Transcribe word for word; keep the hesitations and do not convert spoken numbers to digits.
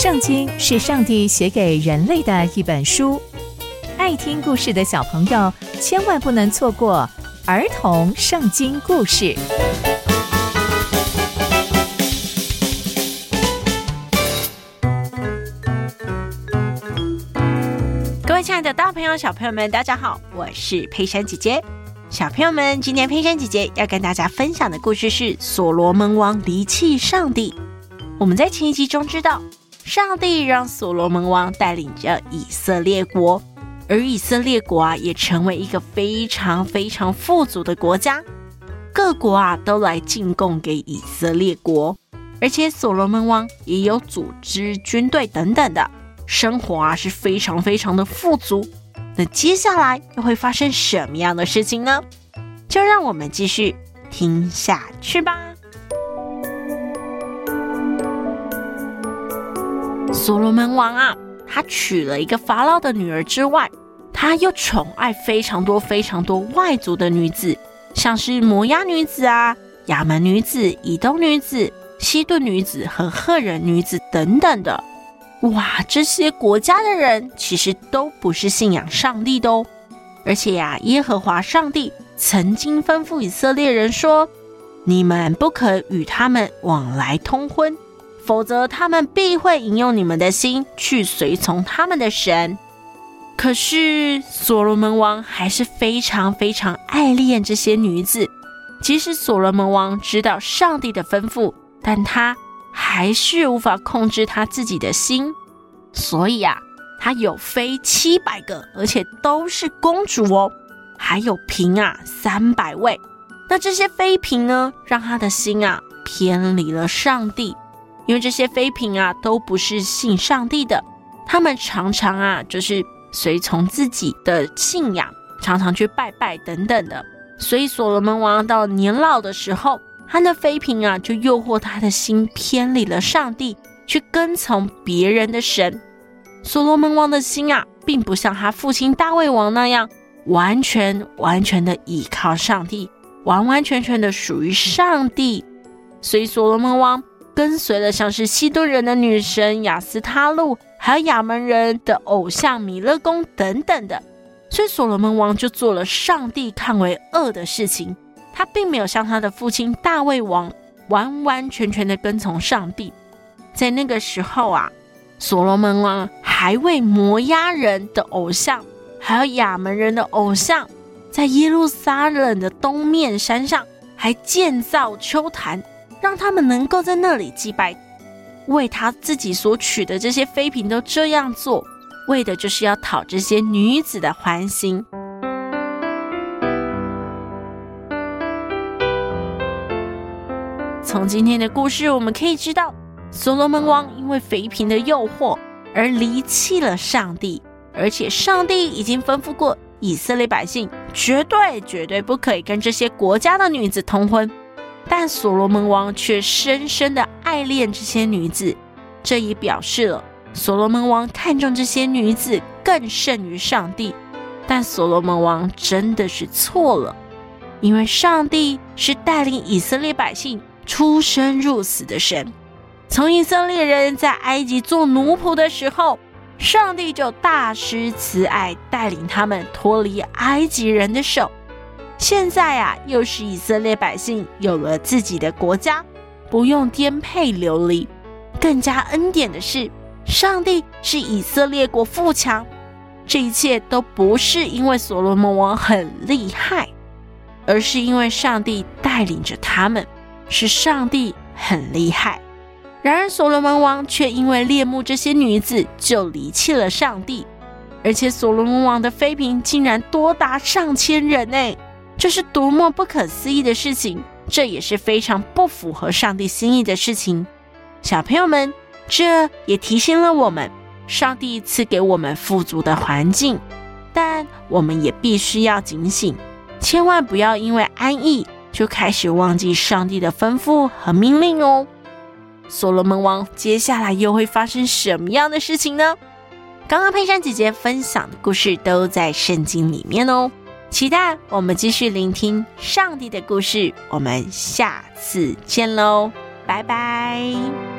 圣经是上帝写给人类的一本书，爱听故事的小朋友千万不能错过儿童圣经故事。 各位亲爱的大朋友小朋友们，大家好，我是佩珊姐姐。小朋友们，今天佩珊姐姐要跟大家分享的故事是所罗门王离弃上帝。我们在前一集中知道，上帝让所罗门王带领着以色列国，而以色列国啊，也成为一个非常非常富足的国家，各国啊都来进贡给以色列国，而且所罗门王也有组织军队等等的，生活啊是非常非常的富足。那接下来又会发生什么样的事情呢？就让我们继续听下去吧。所罗门王啊，他娶了一个法老的女儿之外，他又宠爱非常多非常多外族的女子，像是摩押女子啊、亚门女子、以东女子、西顿女子和赫人女子等等的。哇，这些国家的人其实都不是信仰上帝的哦。而且呀、啊，耶和华上帝曾经吩咐以色列人说，你们不可与他们往来通婚，否则他们必会引诱你们的心去随从他们的神。可是所罗门王还是非常非常爱恋这些女子，即使所罗门王知道上帝的吩咐，但他还是无法控制他自己的心。所以啊，他有妃七百个，而且都是公主哦，还有嫔啊三百位。那这些妃嫔呢，让他的心啊偏离了上帝。因为这些妃嫔啊都不是信上帝的，他们常常啊就是随从自己的信仰，常常去拜拜等等的。所以所罗门王到年老的时候，他的妃嫔啊就诱惑他的心偏离了上帝，去跟从别人的神。所罗门王的心啊并不像他父亲大卫王那样完全完全的依靠上帝，完完全全的属于上帝。所以所罗门王跟随了像是西顿人的女神亚斯他路，还有亚门人的偶像米勒公等等的。所以所罗门王就做了上帝看为恶的事情，他并没有像他的父亲大卫王完完全全的跟从上帝。在那个时候啊，所罗门王还为摩押人的偶像还有亚门人的偶像，在耶路撒冷的东面山上还建造丘坛，让他们能够在那里祭拜。为他自己所娶的这些妃嫔都这样做，为的就是要讨这些女子的欢心。从今天的故事我们可以知道，所罗门王因为妃嫔的诱惑而离弃了上帝，而且上帝已经吩咐过以色列百姓绝对绝对不可以跟这些国家的女子通婚。但所罗门王却深深的爱恋这些女子，这也表示了所罗门王看重这些女子更胜于上帝。但所罗门王真的是错了，因为上帝是带领以色列百姓出生入死的神。从以色列人在埃及做奴仆的时候，上帝就大施慈爱，带领他们脱离埃及人的手。现在啊，又是以色列百姓有了自己的国家，不用颠沛流离。更加恩典的是，上帝是以色列国富强。这一切都不是因为所罗门王很厉害，而是因为上帝带领着他们，是上帝很厉害。然而所罗门王却因为恋慕这些女子，就离弃了上帝。而且所罗门王的妃嫔竟然多达上千人耶，这是多么不可思议的事情，这也是非常不符合上帝心意的事情。小朋友们，这也提醒了我们，上帝赐给我们富足的环境，但我们也必须要警醒，千万不要因为安逸就开始忘记上帝的吩咐和命令哦。所罗门王接下来又会发生什么样的事情呢？刚刚佩珊姐姐分享的故事都在圣经里面哦，期待我们继续聆听上帝的故事，我们下次见喽，拜拜。